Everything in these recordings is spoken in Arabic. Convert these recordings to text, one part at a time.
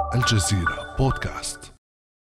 الجزيرة بودكاست.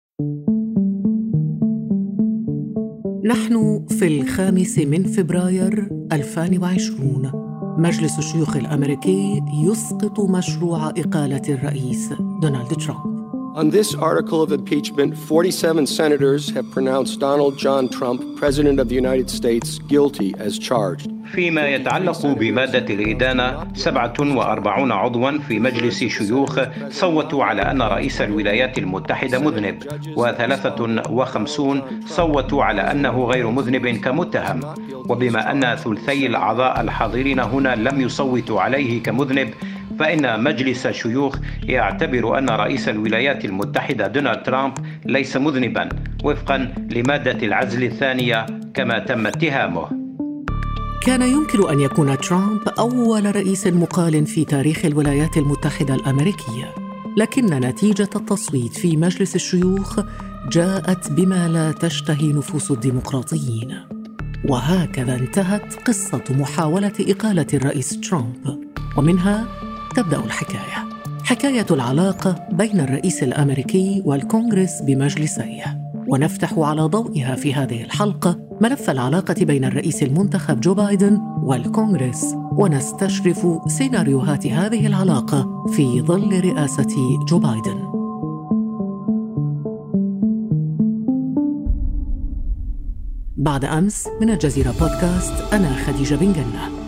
نحن في 5 فبراير 2020. مجلس الشيوخ الأمريكي يسقط مشروع إقالة الرئيس دونالد ترامب. On this article of impeachment, 47 senators have pronounced Donald John Trump, President of the United States, guilty as charged. فيما يتعلق بمادة الإدانة، 47 عضواً في مجلس شيوخ صوتوا على أن رئيس الولايات المتحدة مذنب، و53 صوتوا على أنه غير مذنب كمتهم. وبما أن ثلثي الأعضاء الحاضرين هنا لم يصوتوا عليه كمذنب، فإن مجلس الشيوخ يعتبر أن رئيس الولايات المتحدة دونالد ترامب ليس مذنباً وفقاً لمادة العزل الثانية كما تم اتهامه. كان يمكن أن يكون ترامب أول رئيس مقال في تاريخ الولايات المتحدة الأمريكية، لكن نتيجة التصويت في مجلس الشيوخ جاءت بما لا تشتهي نفوس الديمقراطيين. وهكذا انتهت قصة محاولة إقالة الرئيس ترامب، ومنها تبدأ الحكاية، حكاية العلاقة بين الرئيس الأمريكي والكونغرس بمجلسيه. ونفتح على ضوئها في هذه الحلقة ملف العلاقة بين الرئيس المنتخب جو بايدن والكونغرس، ونستشرف سيناريوهات هذه العلاقة في ظل رئاسة جو بايدن. بعد أمس من الجزيرة بودكاست، أنا خديجة بن جنة.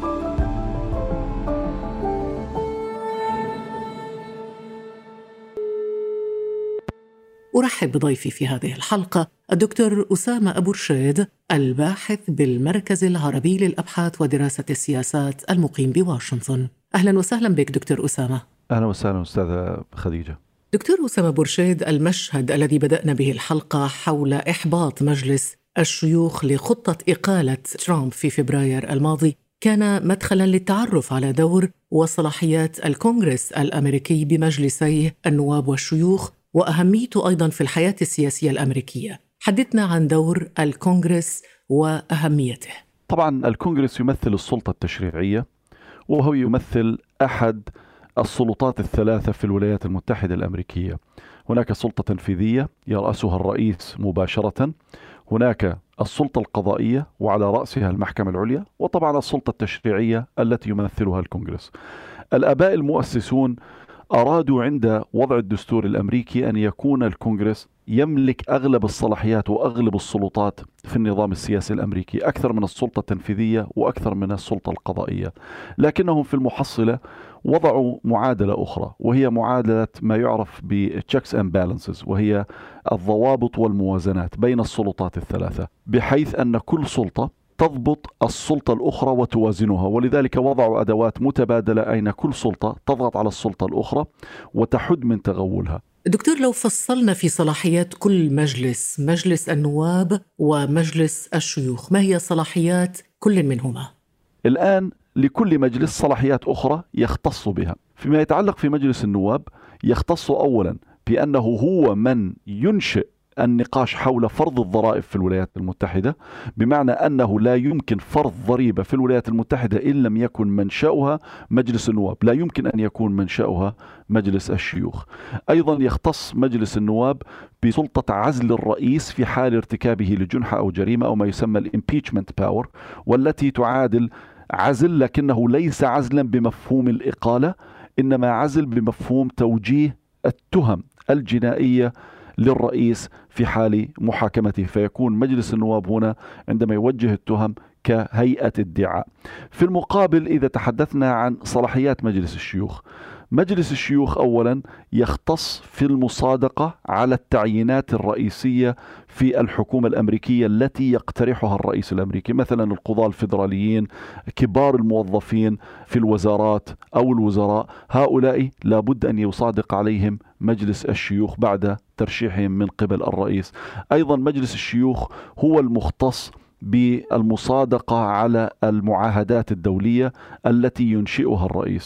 أرحب بضيفي في هذه الحلقة الدكتور أسامة أبو رشيد، الباحث بالمركز العربي للأبحاث ودراسة السياسات المقيم بواشنطن. أهلا وسهلا بك دكتور أسامة. أهلا وسهلا أستاذة خديجة. دكتور أسامة أبو رشيد، المشهد الذي بدأنا به الحلقة حول إحباط مجلس الشيوخ لخطة إقالة ترامب في فبراير الماضي كان مدخلا للتعرف على دور وصلاحيات الكونغرس الأمريكي بمجلسي النواب والشيوخ، وأهميته أيضاً في الحياة السياسية الأمريكية. حدثنا عن دور الكونغرس وأهميته. طبعاً الكونغرس يمثل السلطة التشريعية، وهو يمثل أحد السلطات الثلاثة في الولايات المتحدة الأمريكية. هناك سلطة تنفيذية يرأسها الرئيس مباشرة، هناك السلطة القضائية وعلى رأسها المحكمة العليا، وطبعاً السلطة التشريعية التي يمثلها الكونغرس. الآباء المؤسسون أرادوا عند وضع الدستور الأمريكي أن يكون الكونغرس يملك أغلب الصلاحيات وأغلب السلطات في النظام السياسي الأمريكي، أكثر من السلطة التنفيذية وأكثر من السلطة القضائية. لكنهم في المحصلة وضعوا معادلة أخرى، وهي معادلة ما يعرف ب-checks and balances، وهي الضوابط والموازنات بين السلطات الثلاثة، بحيث أن كل سلطة تضبط السلطة الأخرى وتوازنها. ولذلك وضعوا أدوات متبادلة أين كل سلطة تضغط على السلطة الأخرى وتحد من تغولها. دكتور، لو فصلنا في صلاحيات كل مجلس، مجلس النواب ومجلس الشيوخ، ما هي صلاحيات كل منهما؟ الآن لكل مجلس صلاحيات أخرى يختص بها. فيما يتعلق في مجلس النواب، يختص أولا بأنه هو من ينشئ النقاش حول فرض الضرائب في الولايات المتحدة، بمعنى أنه لا يمكن فرض ضريبة في الولايات المتحدة إن لم يكن منشأها مجلس النواب، لا يمكن أن يكون منشأها مجلس الشيوخ. أيضا يختص مجلس النواب بسلطة عزل الرئيس في حال ارتكابه لجنحة أو جريمة، أو ما يسمى الامبيتشمنت باور، والتي تعادل عزل، لكنه ليس عزلا بمفهوم الإقالة، إنما عزل بمفهوم توجيه التهم الجنائية للرئيس في حال محاكمته، فيكون مجلس النواب هنا عندما يوجه التهم كهيئة ادعاء. في المقابل إذا تحدثنا عن صلاحيات مجلس الشيوخ، مجلس الشيوخ أولا يختص في المصادقة على التعيينات الرئيسية في الحكومة الأمريكية التي يقترحها الرئيس الأمريكي، مثلا القضاة الفيدراليين، كبار الموظفين في الوزارات أو الوزراء، هؤلاء لابد أن يصادق عليهم مجلس الشيوخ بعد ترشيحهم من قبل الرئيس. أيضا مجلس الشيوخ هو المختص بالمصادقة على المعاهدات الدولية التي ينشئها الرئيس.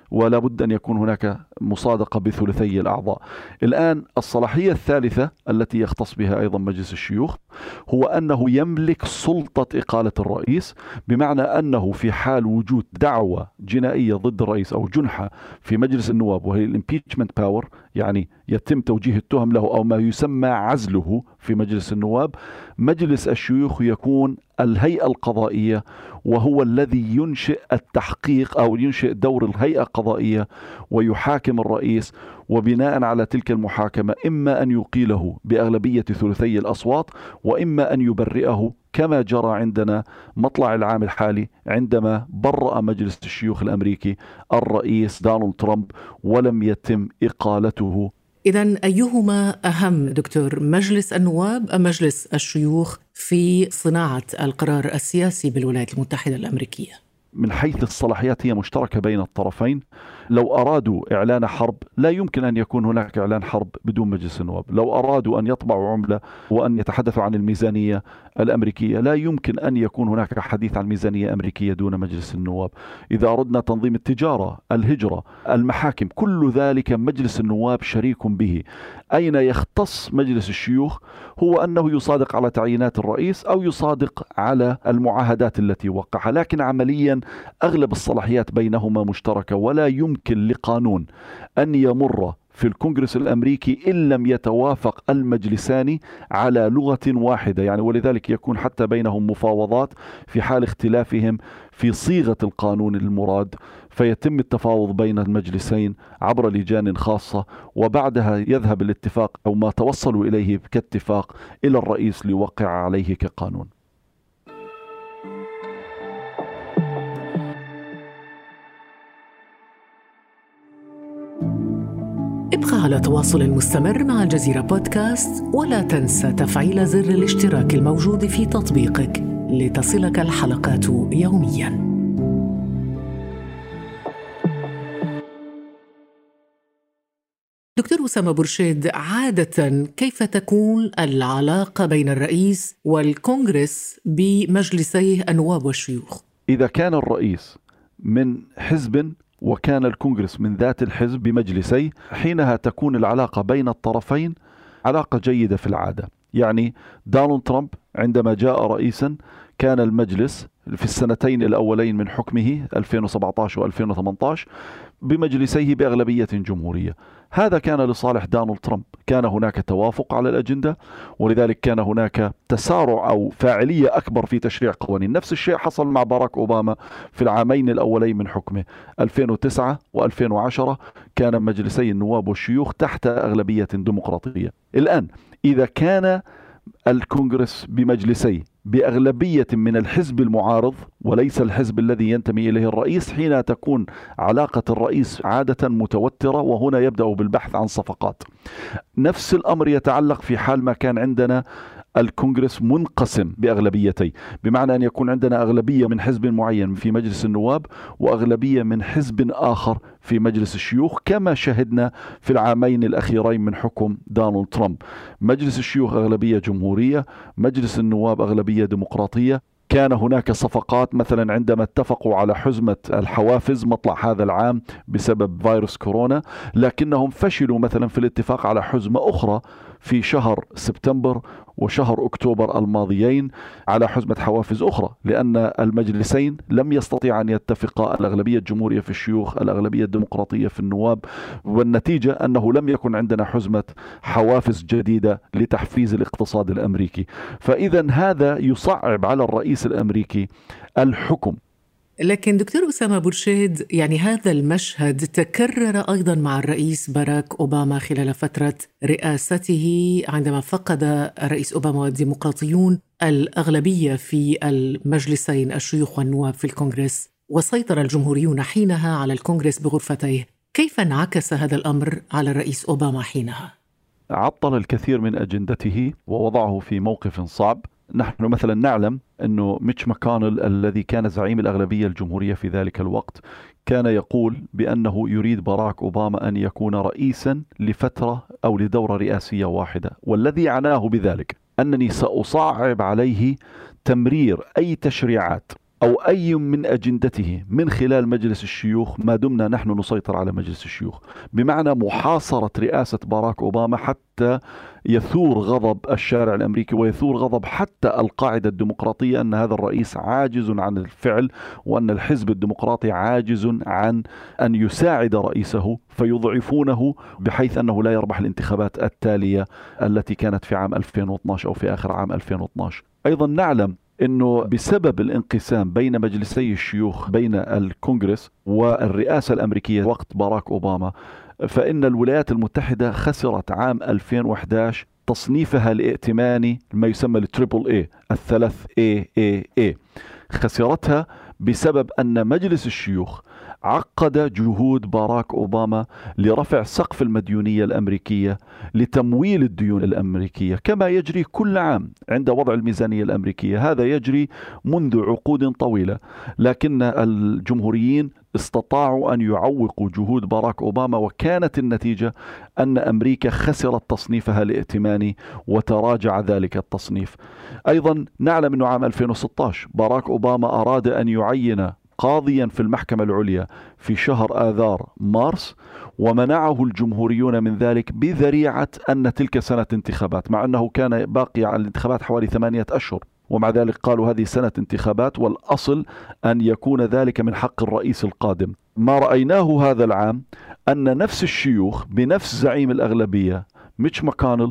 ولا بد أن يكون هناك مصادقة بثلثي الأعضاء. الآن الصلاحية الثالثة التي يختص بها أيضا مجلس الشيوخ هو أنه يملك سلطة إقالة الرئيس، بمعنى أنه في حال وجود دعوة جنائية ضد الرئيس أو جنحة في مجلس النواب، وهي الامبيتشمنت باور، يعني يتم توجيه التهم له أو ما يسمى عزله في مجلس النواب، مجلس الشيوخ يكون الهيئة القضائية، وهو الذي ينشئ التحقيق أو ينشئ دور الهيئة القضائية ويحاكم الرئيس، وبناء على تلك المحاكمة إما أن يقيله بأغلبية ثلثي الأصوات وإما أن يبرئه، كما جرى عندنا مطلع العام الحالي عندما برأ مجلس الشيوخ الأمريكي الرئيس دونالد ترامب ولم يتم إقالته. إذن أيهما أهم دكتور، مجلس النواب أم مجلس الشيوخ في صناعة القرار السياسي بالولايات المتحدة الأمريكية؟ من حيث الصلاحيات هي مشتركة بين الطرفين. لو أرادوا إعلان حرب لا يمكن أن يكون هناك إعلان حرب بدون مجلس النواب. لو أرادوا أن يطبعوا عملة وأن يتحدثوا عن الميزانية الأمريكية لا يمكن أن يكون هناك حديث عن ميزانية أمريكية دون مجلس النواب. إذا أردنا تنظيم التجارة، الهجرة، المحاكم، كل ذلك مجلس النواب شريك به. أين يختص مجلس الشيوخ هو أنه يصادق على تعيينات الرئيس أو يصادق على المعاهدات التي وقعها، لكن عمليا أغلب الصلاحيات بينهما مشتركة، ولا يمكن لقانون أن يمر في الكونغرس الأمريكي إن لم يتوافق المجلسان على لغة واحدة، يعني ولذلك يكون حتى بينهم مفاوضات في حال اختلافهم في صيغة القانون المراد، فيتم التفاوض بين المجلسين عبر لجان خاصة، وبعدها يذهب الاتفاق أو ما توصلوا إليه كاتفاق إلى الرئيس ليوقع عليه كقانون. ابقى على تواصل مستمر مع الجزيرة بودكاست، ولا تنسى تفعيل زر الاشتراك الموجود في تطبيقك لتصلك الحلقات يومياً. دكتور أسامة بورشيد، عادة كيف تكون العلاقة بين الرئيس والكونغرس بمجلسيه النواب والشيوخ؟ إذا كان الرئيس من حزب وكان الكونغرس من ذات الحزب بمجلسي، حينها تكون العلاقة بين الطرفين علاقة جيدة في العادة. يعني دونالد ترامب عندما جاء رئيسا كان المجلس في السنتين الأولين من حكمه 2017 و2018 بمجلسيه بأغلبية جمهورية. هذا كان لصالح دونالد ترامب، كان هناك توافق على الأجندة، ولذلك كان هناك تسارع أو فاعلية أكبر في تشريع قوانين. نفس الشيء حصل مع باراك أوباما في العامين الأولين من حكمه 2009 و2010، كان مجلسي النواب والشيوخ تحت أغلبية ديمقراطية. الآن إذا كان الكونغرس بمجلسي بأغلبية من الحزب المعارض وليس الحزب الذي ينتمي إليه الرئيس، حين تكون علاقة الرئيس عادة متوترة، وهنا يبدأ بالبحث عن صفقات. نفس الأمر يتعلق في حال ما كان عندنا الكونغرس منقسم بأغلبيتين، بمعنى أن يكون عندنا أغلبية من حزب معين في مجلس النواب وأغلبية من حزب آخر في مجلس الشيوخ، كما شهدنا في العامين الأخيرين من حكم دونالد ترامب. مجلس الشيوخ أغلبية جمهورية، مجلس النواب أغلبية ديمقراطية. كان هناك صفقات مثلا عندما اتفقوا على حزمة الحوافز مطلع هذا العام بسبب فيروس كورونا، لكنهم فشلوا مثلا في الاتفاق على حزمة أخرى في شهر سبتمبر وشهر أكتوبر الماضيين على حزمة حوافز أخرى، لأن المجلسين لم يستطيعا أن يتفقا، الأغلبية الجمهورية في الشيوخ، الأغلبية الديمقراطية في النواب، والنتيجة أنه لم يكن عندنا حزمة حوافز جديدة لتحفيز الاقتصاد الأمريكي. فإذا هذا يصعب على الرئيس الأمريكي الحكم. لكن دكتور أسامة بورشيد، يعني هذا المشهد تكرر أيضا مع الرئيس باراك أوباما خلال فترة رئاسته، عندما فقد الرئيس أوباما والديمقراطيون الأغلبية في المجلسين الشيوخ والنواب في الكونغرس، وسيطر الجمهوريون حينها على الكونغرس بغرفتيه. كيف انعكس هذا الأمر على الرئيس أوباما حينها؟ عطل الكثير من أجندته ووضعه في موقف صعب. نحن مثلا نعلم أنه ميتش ماكونيل الذي كان زعيم الأغلبية الجمهورية في ذلك الوقت كان يقول بأنه يريد باراك أوباما أن يكون رئيسا لفترة أو لدورة رئاسية واحدة، والذي عناه بذلك أنني سأصعب عليه تمرير أي تشريعات أو أي من أجندته من خلال مجلس الشيوخ ما دمنا نحن نسيطر على مجلس الشيوخ، بمعنى محاصرة رئاسة باراك أوباما حتى يثور غضب الشارع الأمريكي ويثور غضب حتى القاعدة الديمقراطية أن هذا الرئيس عاجز عن الفعل، وأن الحزب الديمقراطي عاجز عن أن يساعد رئيسه، فيضعفونه بحيث أنه لا يربح الانتخابات التالية التي كانت في عام 2012 أو في آخر عام 2012. أيضا نعلم أنه بسبب الانقسام بين مجلسي الشيوخ بين الكونغرس والرئاسة الأمريكية وقت باراك أوباما، فإن الولايات المتحدة خسرت عام 2011 تصنيفها الائتماني ما يسمى التريبل اي، الثلاث اي، خسرتها بسبب أن مجلس الشيوخ عقد جهود باراك أوباما لرفع سقف المديونية الأمريكية لتمويل الديون الأمريكية كما يجري كل عام عند وضع الميزانية الأمريكية. هذا يجري منذ عقود طويلة، لكن الجمهوريين استطاعوا أن يعوقوا جهود باراك أوباما، وكانت النتيجة أن أمريكا خسرت تصنيفها الائتماني وتراجع ذلك التصنيف. أيضا نعلم أنه عام 2016 باراك أوباما أراد أن يعين قاضيا في المحكمة العليا في شهر آذار مارس، ومنعه الجمهوريون من ذلك بذريعة أن تلك سنة انتخابات، مع أنه كان باقي على الانتخابات حوالي 8 أشهر، ومع ذلك قالوا هذه سنة انتخابات والأصل أن يكون ذلك من حق الرئيس القادم. ما رأيناه هذا العام أن نفس الشيوخ بنفس زعيم الأغلبية ميتش ماكونيل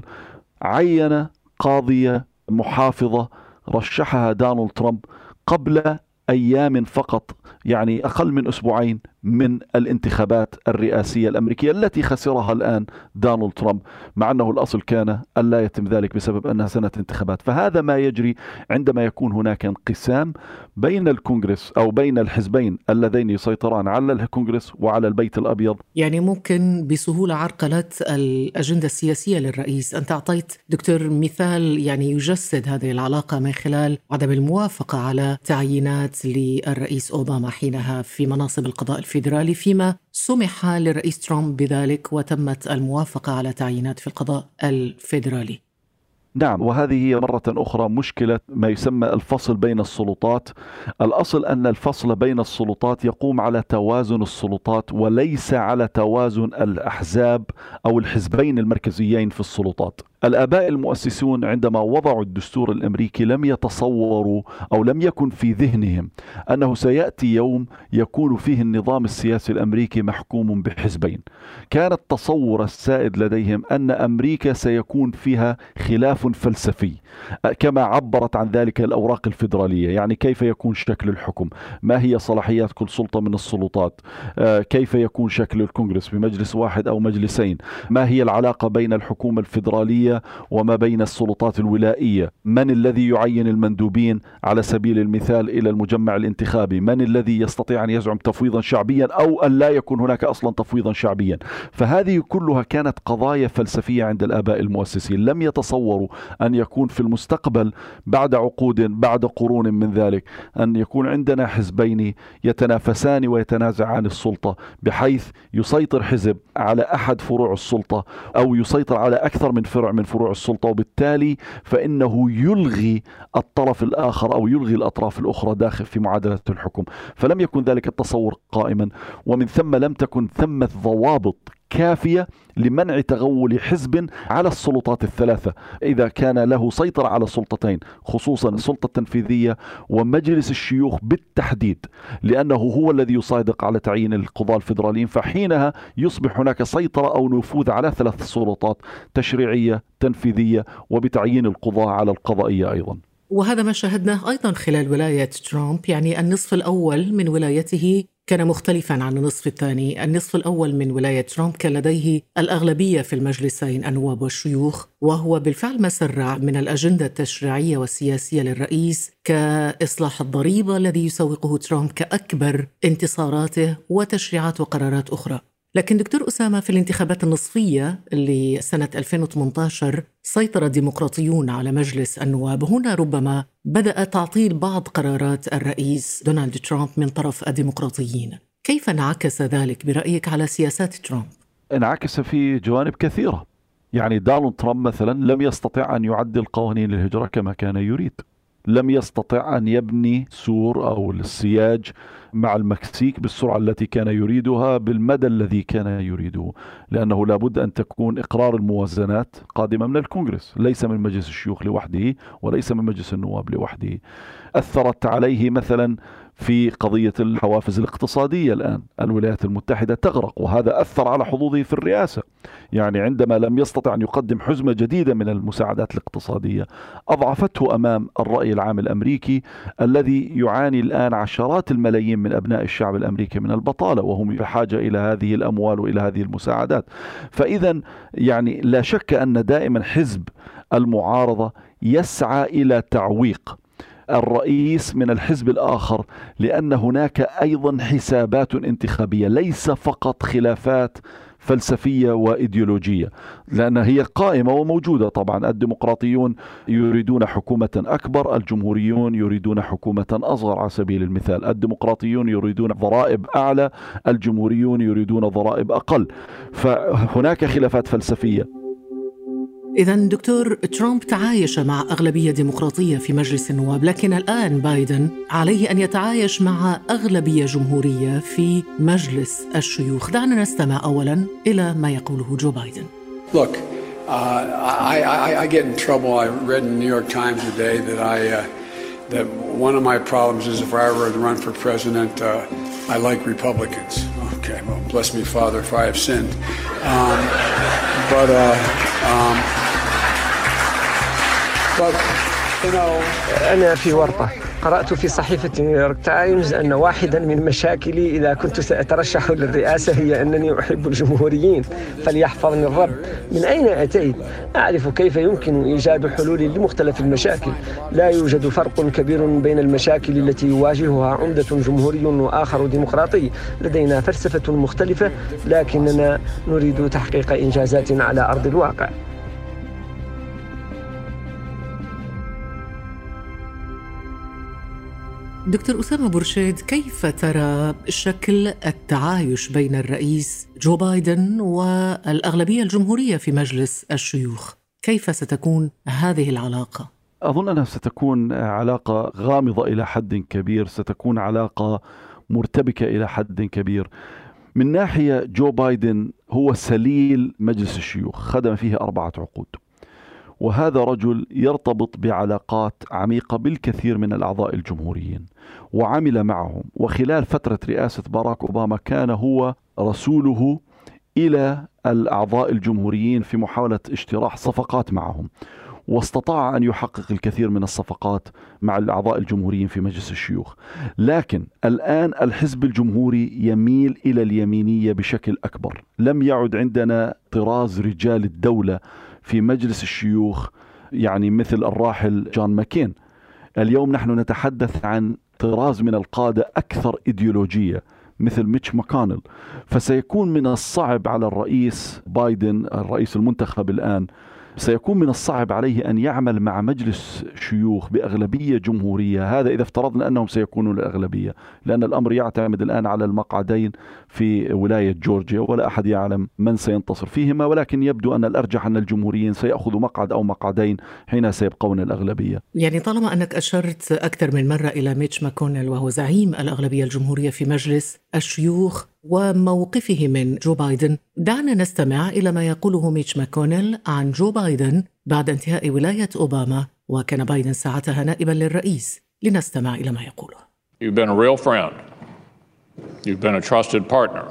عين قاضية محافظة رشحها دونالد ترامب قبل أيام فقط، يعني أقل من أسبوعين من الانتخابات الرئاسية الأمريكية التي خسرها الآن دونالد ترامب، مع أنه الأصل كان ألا يتم ذلك بسبب أنها سنة انتخابات. فهذا ما يجري عندما يكون هناك انقسام بين الكونغرس أو بين الحزبين اللذين يسيطران على الكونغرس وعلى البيت الأبيض. يعني ممكن بسهولة عرقلة الأجندة السياسية للرئيس. أنت أعطيت دكتور مثال يعني يجسد هذه العلاقة من خلال عدم الموافقة على تعيينات للرئيس أوباما حينها في مناصب القضاء الفيدرالي، فيما سمح للرئيس ترامب بذلك وتمت الموافقة على تعيينات في القضاء الفيدرالي. نعم، وهذه هي مرة أخرى مشكلة ما يسمى الفصل بين السلطات. الأصل أن الفصل بين السلطات يقوم على توازن السلطات وليس على توازن الأحزاب أو الحزبين المركزيين في السلطات. الآباء المؤسسون عندما وضعوا الدستور الأمريكي لم يتصوروا أو لم يكن في ذهنهم أنه سيأتي يوم يكون فيه النظام السياسي الأمريكي محكوم بحزبين. كان التصور السائد لديهم أن أمريكا سيكون فيها خلاف فلسفي كما عبرت عن ذلك الأوراق الفيدرالية، يعني كيف يكون شكل الحكم، ما هي صلاحيات كل سلطة من السلطات، كيف يكون شكل الكونغرس بمجلس واحد أو مجلسين، ما هي العلاقة بين الحكومة الفيدرالية وما بين السلطات الولائية، من الذي يعين المندوبين على سبيل المثال إلى المجمع الانتخابي، من الذي يستطيع أن يزعم تفويضا شعبيا أو أن لا يكون هناك أصلا تفويضا شعبيا. فهذه كلها كانت قضايا فلسفية عند الآباء المؤسسين، لم يتصوروا أن يكون في المستقبل بعد عقود بعد قرون من ذلك أن يكون عندنا حزبين يتنافسان ويتنازعان السلطة، بحيث يسيطر حزب على أحد فروع السلطة أو يسيطر على أكثر من فرع من فروع السلطة، وبالتالي فإنه يلغي الطرف الآخر أو يلغي الأطراف الأخرى داخل في معادلة الحكم. فلم يكن ذلك التصور قائما، ومن ثم لم تكن ثمة ضوابط كافية لمنع تغول حزب على السلطات الثلاثة إذا كان له سيطرة على سلطتين، خصوصا السلطة التنفيذية ومجلس الشيوخ بالتحديد، لأنه هو الذي يصادق على تعيين القضاة الفيدراليين. فحينها يصبح هناك سيطرة أو نفوذ على 3 سلطات: تشريعية، تنفيذية، وبتعيين القضاة على القضائية أيضا. وهذا ما شاهدناه أيضا خلال ولاية ترامب، يعني النصف الأول من ولايته كان مختلفا عن النصف الثاني. النصف الأول من ولاية ترامب كان لديه الأغلبية في المجلسين النواب والشيوخ، وهو بالفعل ما سرع من الأجندة التشريعية والسياسية للرئيس كإصلاح الضريبة الذي يسوقه ترامب كأكبر انتصاراته وتشريعات وقرارات أخرى. لكن دكتور أسامة، في الانتخابات النصفية اللي سنة 2018 سيطر الديمقراطيون على مجلس النواب، هنا ربما بدأ تعطيل بعض قرارات الرئيس دونالد ترامب من طرف الديمقراطيين. كيف انعكس ذلك برأيك على سياسات ترامب؟ انعكس في جوانب كثيرة. يعني دونالد ترامب مثلا لم يستطع أن يعدل قوانين الهجرة كما كان يريد، لم يستطع أن يبني سور أو السياج مع المكسيك بالسرعة التي كان يريدها بالمدى الذي كان يريده، لأنه لابد أن تكون إقرار الموازنات قادمة من الكونغرس، ليس من مجلس الشيوخ لوحده وليس من مجلس النواب لوحده. أثرت عليه مثلا في قضية الحوافز الاقتصادية. الآن الولايات المتحدة تغرق، وهذا أثر على حظوظه في الرئاسة. يعني عندما لم يستطع أن يقدم حزمة جديدة من المساعدات الاقتصادية أضعفته أمام الرأي العام الأمريكي الذي يعاني الآن عشرات الملايين من أبناء الشعب الأمريكي من البطالة، وهم بحاجة إلى هذه الأموال وإلى هذه المساعدات. فإذا يعني لا شك أن دائما حزب المعارضة يسعى إلى تعويق الرئيس من الحزب الآخر، لأن هناك أيضا حسابات انتخابية، ليس فقط خلافات فلسفية وإيديولوجية، لأن هي قائمة وموجودة. طبعا الديمقراطيون يريدون حكومة أكبر، الجمهوريون يريدون حكومة أصغر. على سبيل المثال الديمقراطيون يريدون ضرائب أعلى، الجمهوريون يريدون ضرائب أقل، فهناك خلافات فلسفية. إذن دكتور، ترامب تعايش مع أغلبية ديمقراطية في مجلس النواب، لكن الآن بايدن عليه أن يتعايش مع أغلبية جمهورية في مجلس الشيوخ. دعنا نستمع أولاً إلى ما يقوله جو بايدن. Look, I get in trouble. I read in the New York Times today that one of my problems is if I ever run for president, I like Republicans. Okay, well, bless me, Father, if I have sinned. But you know, أنا في ورطة. قرأت في صحيفة نيويورك تايمز أن واحدا من مشاكلي إذا كنت سأترشح للرئاسة هي أنني أحب الجمهوريين، فليحفظني الرب. من أين أتيت؟ أعرف كيف يمكن إيجاد حلول لمختلف المشاكل. لا يوجد فرق كبير بين المشاكل التي يواجهها عمدة جمهوري وآخر ديمقراطي. لدينا فلسفة مختلفة، لكننا نريد تحقيق إنجازات على أرض الواقع. دكتور أسامة بورشيد، كيف ترى شكل التعايش بين الرئيس جو بايدن والأغلبية الجمهورية في مجلس الشيوخ؟ كيف ستكون هذه العلاقة؟ أظن أنها ستكون علاقة غامضة إلى حد كبير، ستكون علاقة مرتبكة إلى حد كبير. من ناحية جو بايدن هو سليل مجلس الشيوخ، خدم فيه 4 عقود، وهذا رجل يرتبط بعلاقات عميقة بالكثير من الأعضاء الجمهوريين وعمل معهم، وخلال فترة رئاسة باراك أوباما كان هو رسوله إلى الأعضاء الجمهوريين في محاولة اجتراح صفقات معهم، واستطاع أن يحقق الكثير من الصفقات مع الأعضاء الجمهوريين في مجلس الشيوخ. لكن الآن الحزب الجمهوري يميل إلى اليمينية بشكل أكبر. لم يعد عندنا طراز رجال الدولة في مجلس الشيوخ، يعني مثل الراحل جون ماكين. اليوم نحن نتحدث عن طراز من القادة أكثر إيديولوجية مثل ميتش ماكونيل. فسيكون من الصعب على الرئيس بايدن، الرئيس المنتخب الآن، سيكون من الصعب عليه أن يعمل مع مجلس شيوخ بأغلبية جمهورية. هذا إذا افترضنا أنهم سيكونوا الأغلبية، لأن الأمر يعتمد الآن على المقعدين في ولاية جورجيا، ولا أحد يعلم من سينتصر فيهما، ولكن يبدو أن الأرجح أن الجمهوريين سيأخذوا مقعد أو مقعدين حين سيبقون الأغلبية. يعني طالما أنك أشرت أكثر من مرة إلى ميتش ماكونيل وهو زعيم الأغلبية الجمهورية في مجلس الشيوخ وموقفه من جو بايدن، دعنا نستمع إلى ما يقوله ميتش ماكونيل عن جو بايدن بعد انتهاء ولاية أوباما، وكان بايدن ساعتها نائبا للرئيس. لنستمع إلى ما يقوله. You've been a real friend. You've been a trusted partner.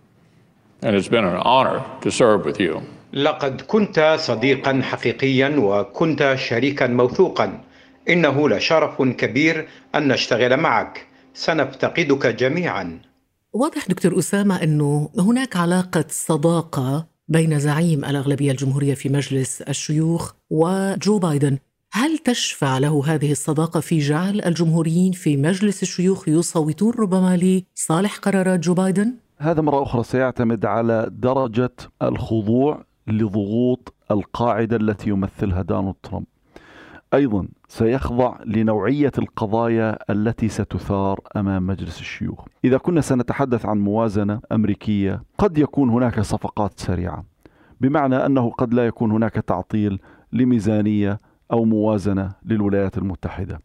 And it's been an honor to serve with you. لقد كنت صديقا حقيقيا وكنت شريكا موثوقا. إنه لشرف كبير أن نشتغل معك. سنفتقدك جميعا. واضح دكتور أسامة أنه هناك علاقة صداقة بين زعيم الأغلبية الجمهورية في مجلس الشيوخ وجو بايدن. هل تشفع له هذه الصداقة في جعل الجمهوريين في مجلس الشيوخ يصوتون ربما لصالح قرارات جو بايدن؟ هذا مرة أخرى سيعتمد على درجة الخضوع لضغوط القاعدة التي يمثلها دونالد ترامب. أيضا سيخضع لنوعية القضايا التي ستثار أمام مجلس الشيوخ. إذا كنا سنتحدث عن موازنة أمريكية، قد يكون هناك صفقات سريعة، بمعنى أنه قد لا يكون هناك تعطيل لميزانية أو موازنة للولايات المتحدة.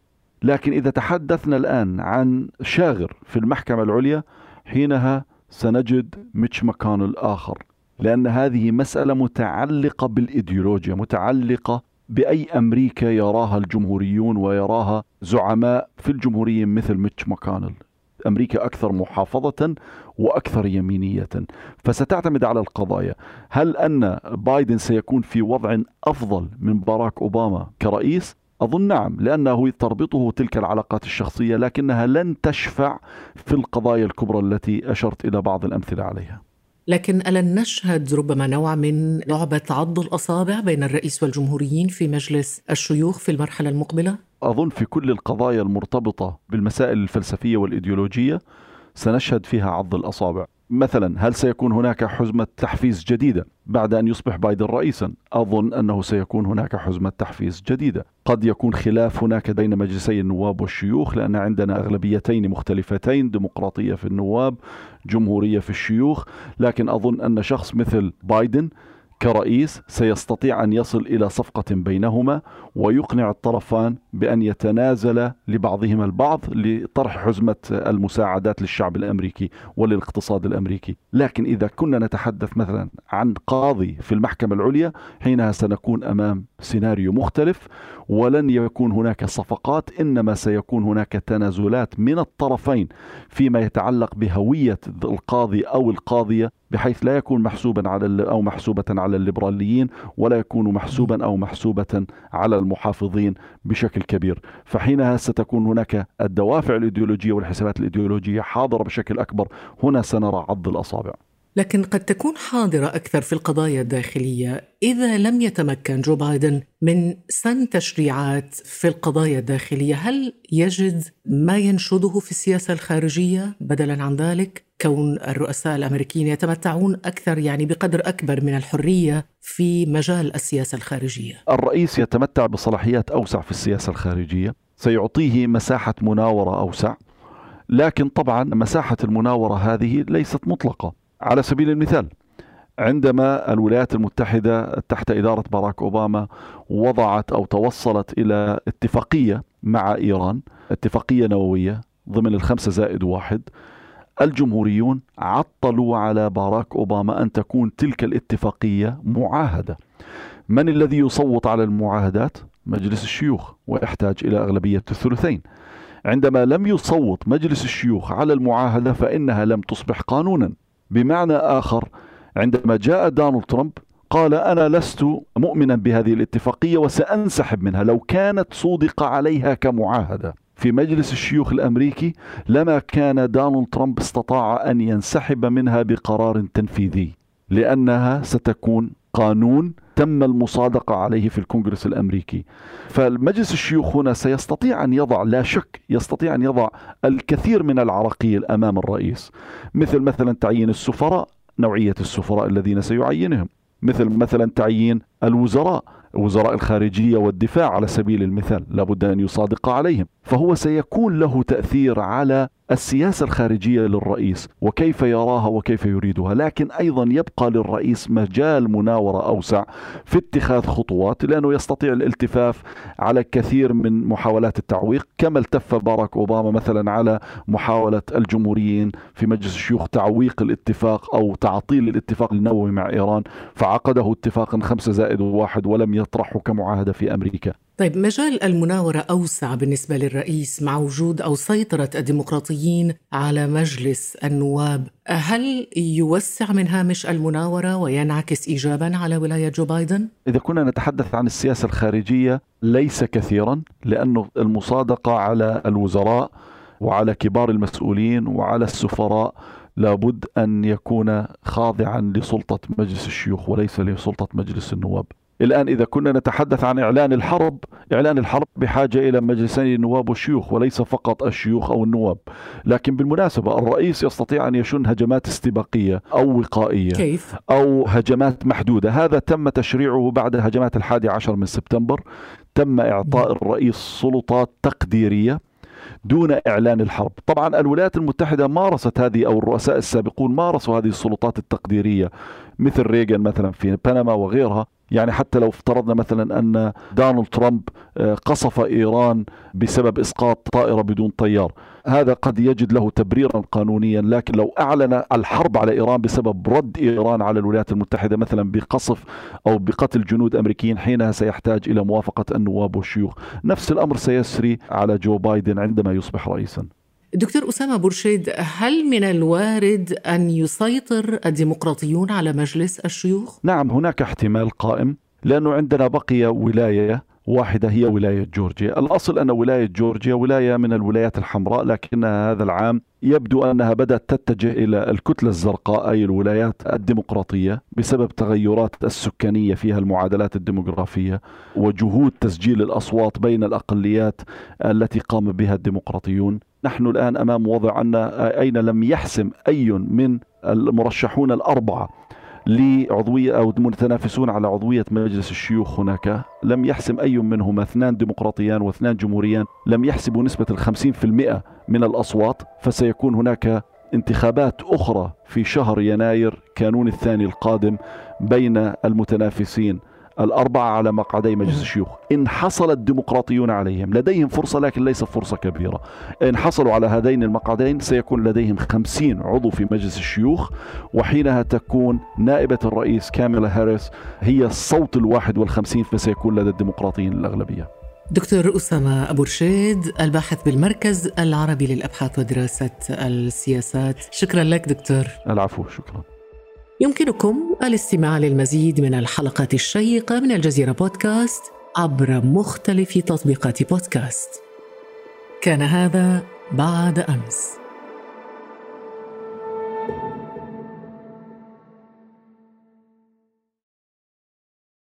لكن إذا تحدثنا الآن عن شاغر في المحكمة العليا، حينها سنجد ميتش ماكونيل آخر، لأن هذه مسألة متعلقة بالإيديولوجيا، متعلقة بأي أمريكا يراها الجمهوريون ويراها زعماء في الجمهوريين مثل ميتش ماكونيل. أمريكا أكثر محافظة وأكثر يمينية، فستعتمد على القضايا. هل أن بايدن سيكون في وضع أفضل من باراك أوباما كرئيس؟ أظن نعم، لأنه تربطه تلك العلاقات الشخصية، لكنها لن تشفع في القضايا الكبرى التي أشرت إلى بعض الأمثلة عليها. لكن ألن نشهد ربما نوع من لعبة عض الأصابع بين الرئيس والجمهوريين في مجلس الشيوخ في المرحلة المقبلة؟ أظن في كل القضايا المرتبطة بالمسائل الفلسفية والإيديولوجية سنشهد فيها عض الأصابع. مثلا، هل سيكون هناك حزمة تحفيز جديدة بعد أن يصبح بايدن رئيسا؟ أظن أنه سيكون هناك حزمة تحفيز جديدة. قد يكون خلاف هناك بين مجلسي النواب والشيوخ، لأن عندنا أغلبيتين مختلفتين، ديمقراطية في النواب، جمهورية في الشيوخ. لكن أظن أن شخص مثل بايدن كرئيس سيستطيع أن يصل إلى صفقة بينهما ويقنع الطرفان بأن يتنازل لبعضهما البعض لطرح حزمة المساعدات للشعب الأمريكي وللاقتصاد الأمريكي. لكن إذا كنا نتحدث مثلا عن قاضي في المحكمة العليا، حينها سنكون أمام سيناريو مختلف، ولن يكون هناك صفقات، إنما سيكون هناك تنازلات من الطرفين فيما يتعلق بهوية القاضي أو القاضية، بحيث لا يكون محسوبا على محسوبة على الليبراليين، ولا يكون محسوبا أو محسوبة على المحافظين بشكل كبير. فحينها ستكون هناك الدوافع الإيديولوجية والحسابات الإيديولوجية حاضرة بشكل أكبر. هنا سنرى عض الأصابع. لكن قد تكون حاضرة أكثر في القضايا الداخلية إذا لم يتمكن جو بايدن من سن تشريعات في القضايا الداخلية. هل يجد ما ينشده في السياسة الخارجية بدلاً عن ذلك؟ كون الرؤساء الأمريكيين يتمتعون أكثر بقدر أكبر من الحرية في مجال السياسة الخارجية. الرئيس يتمتع بصلاحيات أوسع في السياسة الخارجية، سيعطيه مساحة مناورة أوسع، لكن طبعا مساحة المناورة هذه ليست مطلقة. على سبيل المثال، عندما الولايات المتحدة تحت إدارة باراك أوباما وضعت أو توصلت إلى اتفاقية مع إيران، اتفاقية نووية ضمن 5+1، الجمهوريون عطلوا على باراك أوباما أن تكون تلك الاتفاقية معاهدة. من الذي يصوت على المعاهدات؟ مجلس الشيوخ، ويحتاج إلى أغلبية الثلثين. عندما لم يصوت مجلس الشيوخ على المعاهدة فإنها لم تصبح قانونا. بمعنى آخر، عندما جاء دونالد ترامب قال أنا لست مؤمنا بهذه الاتفاقية وسأنسحب منها لو كانت صودق عليها كمعاهدة في مجلس الشيوخ الأمريكي، لما كان دونالد ترامب استطاع أن ينسحب منها بقرار تنفيذي، لأنها ستكون قانون تم المصادقة عليه في الكونغرس الأمريكي. فالمجلس الشيوخ هنا سيستطيع أن يضع، لا شك يستطيع أن يضع الكثير من العراقيل أمام الرئيس، مثلا تعيين السفراء، نوعية السفراء الذين سيعينهم، مثلا تعيين الوزراء، وزراء الخارجية والدفاع على سبيل المثال، لابد أن يصادق عليهم. فهو سيكون له تأثير على السياسة الخارجية للرئيس وكيف يراها وكيف يريدها، لكن أيضا يبقى للرئيس مجال مناورة أوسع في اتخاذ خطوات، لأنه يستطيع الالتفاف على كثير من محاولات التعويق، كما التف باراك أوباما مثلا على محاولة الجمهوريين في مجلس الشيوخ تعويق الاتفاق أو تعطيل الاتفاق النووي مع إيران، فعقده اتفاقا 5+1 ولم يطرحه كمعاهدة في أمريكا. طيب، مجال المناورة أوسع بالنسبة للرئيس مع وجود أو سيطرة الديمقراطيين على مجلس النواب. هل يوسع من هامش المناورة وينعكس إيجابا على ولاية جو بايدن؟ إذا كنا نتحدث عن السياسة الخارجية ليس كثيرا، لأنه المصادقة على الوزراء وعلى كبار المسؤولين وعلى السفراء لابد أن يكون خاضعا لسلطة مجلس الشيوخ وليس لسلطة مجلس النواب. الآن إذا كنا نتحدث عن إعلان الحرب بحاجة إلى مجلسي النواب والشيوخ وليس فقط الشيوخ أو النواب. لكن بالمناسبة الرئيس يستطيع أن يشن هجمات استباقية أو وقائية. كيف؟ أو هجمات محدودة. هذا تم تشريعه بعد هجمات 11 من سبتمبر. تم إعطاء الرئيس سلطات تقديرية دون إعلان الحرب. طبعا الولايات المتحدة مارست هذه، أو الرؤساء السابقون مارسوا هذه السلطات التقديرية، مثل ريغان مثلا في بنما وغيرها. يعني حتى لو افترضنا مثلا أن دونالد ترامب قصف إيران بسبب إسقاط طائرة بدون طيار، هذا قد يجد له تبريرا قانونيا، لكن لو أعلن الحرب على إيران بسبب رد إيران على الولايات المتحدة مثلا بقصف أو بقتل جنود أمريكيين، حينها سيحتاج إلى موافقة النواب والشيوخ. نفس الأمر سيسري على جو بايدن عندما يصبح رئيسا. دكتور أسامة بورشيد، هل من الوارد أن يسيطر الديمقراطيون على مجلس الشيوخ؟ نعم، هناك احتمال قائم، لأنه عندنا بقي ولاية واحدة هي ولاية جورجيا. الأصل أن ولاية جورجيا ولاية من الولايات الحمراء، لكنها هذا العام يبدو أنها بدأت تتجه إلى الكتلة الزرقاء أي الولايات الديمقراطية بسبب تغيرات السكانية فيها، المعادلات الديموغرافية وجهود تسجيل الأصوات بين الأقليات التي قام بها الديمقراطيون. نحن الآن أمام وضع أن أين لم يحسم أي من المرشحون الأربعة لعضوية أو متنافسون على عضوية مجلس الشيوخ، هناك لم يحسم أي منهما، 2 ديمقراطيان و2 جمهوريان، لم يحسبوا نسبة 50% من الأصوات. فسيكون هناك انتخابات أخرى في شهر يناير كانون الثاني القادم بين المتنافسين الأربعة على مقعدي مجلس الشيوخ. إن حصل الديمقراطيون عليهم لديهم فرصة، لكن ليس فرصة كبيرة. إن حصلوا على هذين المقعدين سيكون لديهم 50 عضو في مجلس الشيوخ، وحينها تكون نائبة الرئيس كاميلا هاريس هي الصوت 51، فسيكون لدى الديمقراطيين الأغلبية. دكتور أسامة بورشيد، الباحث بالمركز العربي للأبحاث ودراسة السياسات، شكرا لك دكتور. العفو، شكرا. يمكنكم الاستماع للمزيد من الحلقات الشيقة من الجزيرة بودكاست عبر مختلف تطبيقات بودكاست. كان هذا بعد أمس.